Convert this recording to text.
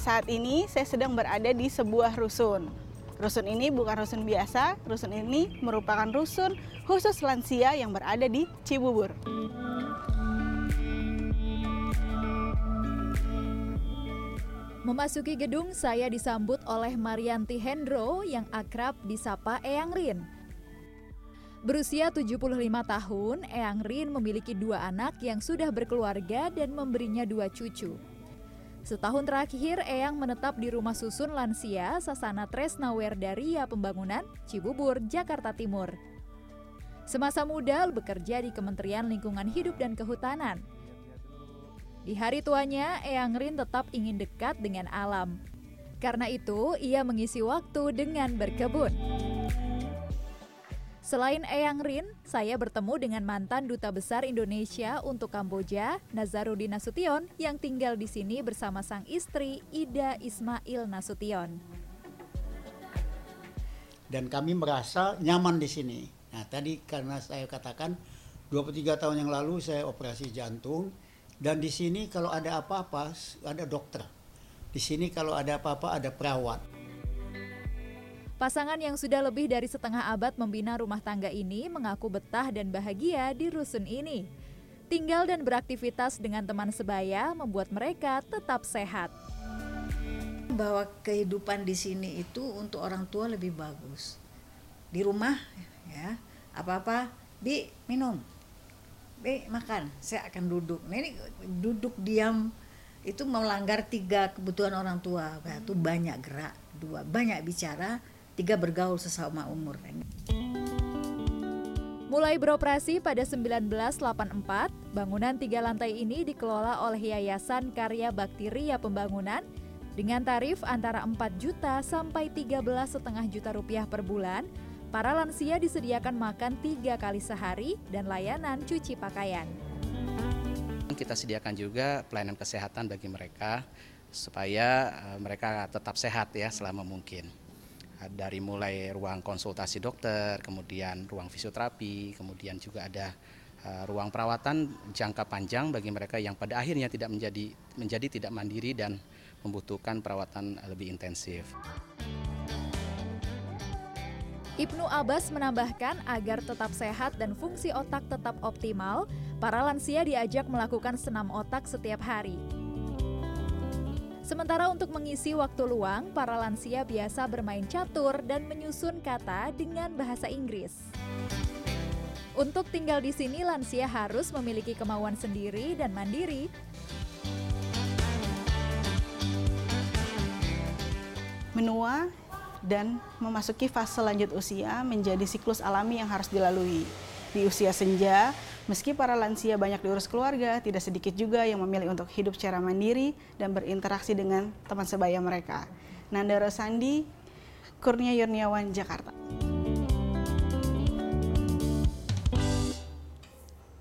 Saat ini saya sedang berada di sebuah rusun. Rusun ini bukan rusun biasa, rusun ini merupakan rusun khusus lansia yang berada di Cibubur. Memasuki gedung, saya disambut oleh Marianti Hendro yang akrab disapa Eyang Rin. Berusia 75 tahun, Eyang Rin memiliki 2 anak yang sudah berkeluarga dan memberinya 2 cucu. Setahun terakhir, Eyang menetap di rumah susun lansia Sasana Tresna Werdaria Pembangunan, Cibubur, Jakarta Timur. Semasa muda bekerja di Kementerian Lingkungan Hidup dan Kehutanan. Di hari tuanya, Eyang Rin tetap ingin dekat dengan alam. Karena itu, ia mengisi waktu dengan berkebun. Selain Eyang Rin, saya bertemu dengan mantan Duta Besar Indonesia untuk Kamboja, Nazarudin Nasution, yang tinggal di sini bersama sang istri, Ida Ismail Nasution. Dan kami merasa nyaman di sini. Nah, tadi karena saya katakan 23 tahun yang lalu saya operasi jantung. Dan di sini kalau ada apa-apa, ada dokter. Di sini kalau ada apa-apa, ada perawat. Pasangan yang sudah lebih dari setengah abad membina rumah tangga ini mengaku betah dan bahagia di rusun ini. Tinggal dan beraktivitas dengan teman sebaya membuat mereka tetap sehat. Bahwa kehidupan di sini itu untuk orang tua lebih bagus. Di rumah, ya, apa-apa, Bi, minum. Makan, saya akan duduk. Nah, ini duduk diam itu melanggar 3 kebutuhan orang tua. Itu banyak gerak, 2 banyak bicara, 3 bergaul sesama umur. Mulai beroperasi pada 1984, bangunan 3 lantai ini dikelola oleh Yayasan Karya Bakti Ria Pembangunan dengan tarif antara 4 juta sampai 13,5 juta rupiah per bulan. Para lansia disediakan makan 3 kali sehari dan layanan cuci pakaian. Kita sediakan juga pelayanan kesehatan bagi mereka supaya mereka tetap sehat ya selama mungkin. Dari mulai ruang konsultasi dokter, kemudian ruang fisioterapi, kemudian juga ada ruang perawatan jangka panjang bagi mereka yang pada akhirnya tidak menjadi tidak mandiri dan membutuhkan perawatan lebih intensif. Ibnu Abbas menambahkan agar tetap sehat dan fungsi otak tetap optimal, para lansia diajak melakukan senam otak setiap hari. Sementara untuk mengisi waktu luang, para lansia biasa bermain catur dan menyusun kata dengan bahasa Inggris. Untuk tinggal di sini, lansia harus memiliki kemauan sendiri dan mandiri. Menua dan memasuki fase lanjut usia menjadi siklus alami yang harus dilalui. Di usia senja, meski para lansia banyak diurus keluarga, tidak sedikit juga yang memilih untuk hidup secara mandiri dan berinteraksi dengan teman sebaya mereka. Nanda Rosandi, Kurnia Yurniawan, Jakarta.